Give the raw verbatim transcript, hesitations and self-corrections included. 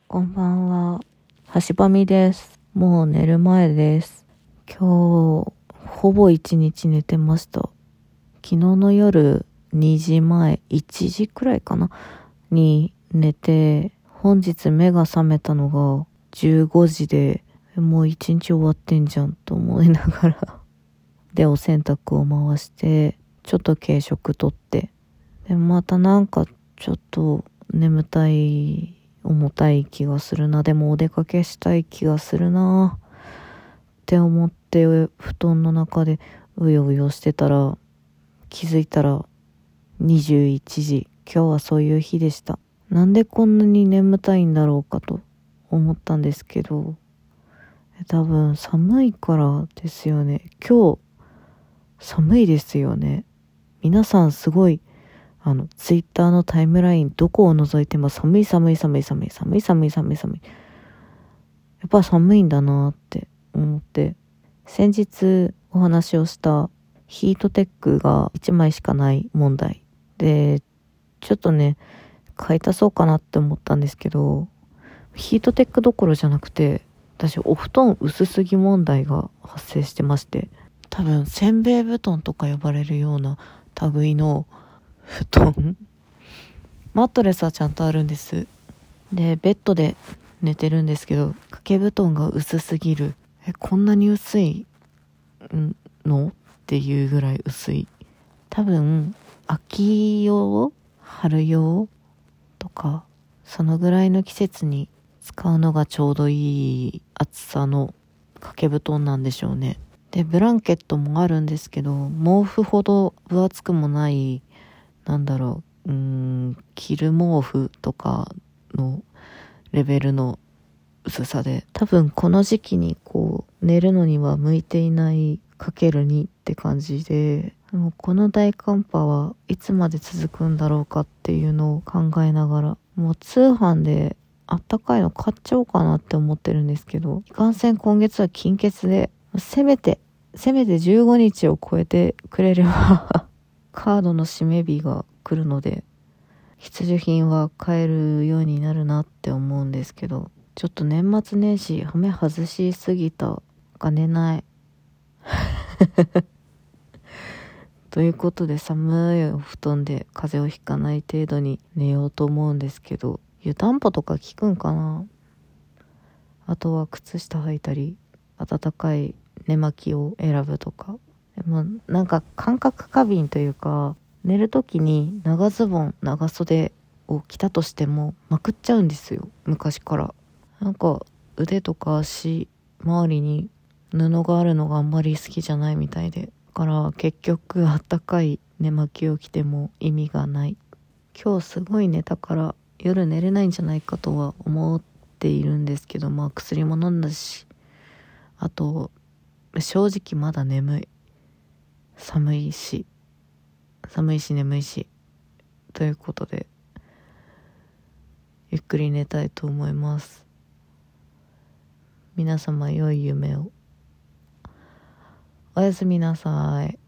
こんばんは。はしばみです。もう寝る前です。今日、ほぼ一日寝てました。昨日の夜にじまえ、いちじくらいかなに寝て、本日目が覚めたのがじゅうごじで、もう一日終わってんじゃんと思いながら。で、お洗濯を回して、ちょっと軽食とって、で、またなんかちょっと眠たい、重たい気がするな。でもお出かけしたい気がするなって思って、布団の中でうようよしてたら、気づいたらにじゅういちじ。今日はそういう日でした。なんでこんなに眠たいんだろうかと思ったんですけど、多分寒いからですよね。今日寒いですよね。皆さんすごいあのツイッターのタイムラインどこを覗いても寒い寒い寒い寒い寒い寒い寒い寒い。やっぱ寒いんだなって思って、先日お話をしたヒートテックがいちまいしかない問題で、ちょっとね買い足そうかなって思ったんですけど、ヒートテックどころじゃなくて、私お布団薄すぎ問題が発生してまして、多分せんべい布団とか呼ばれるような類の布団マットレスはちゃんとあるんです。でベッドで寝てるんですけど、掛け布団が薄すぎる。えこんなに薄いのっていうぐらい薄い。多分秋用春用とかそのぐらいの季節に使うのがちょうどいい厚さの掛け布団なんでしょうね。でブランケットもあるんですけど、毛布ほど分厚くもない、なんだろううーん着る毛布とかのレベルの薄さで、多分この時期にこう寝るのには向いていないかけるにって感じで、でもこの大寒波はいつまで続くんだろうかっていうのを考えながら、もう通販であったかいの買っちゃおうかなって思ってるんですけど、いかんせん今月は金欠で、せめてせめてじゅうごにちを超えてくれればカードの締め日が来るので必需品は買えるようになるなって思うんですけど、ちょっと年末年始羽目外しすぎた。お金ないということで、寒いお布団で風邪をひかない程度に寝ようと思うんですけど、湯たんぽとか効くんかな。あとは靴下履いたり暖かい寝巻きを選ぶとか。でもなんか感覚過敏というか、寝るときに長ズボン長袖を着たとしてもまくっちゃうんですよ、昔から。なんか腕とか足周りに布があるのがあんまり好きじゃないみたいで、だから結局あったかい寝巻きを着ても意味がない。今日すごい寝たから夜寝れないんじゃないかとは思っているんですけど、まあ薬も飲んだし、あと正直まだ眠い。寒いし寒いし眠いしということで、ゆっくり寝たいと思います。皆様良い夢を。おやすみなさい。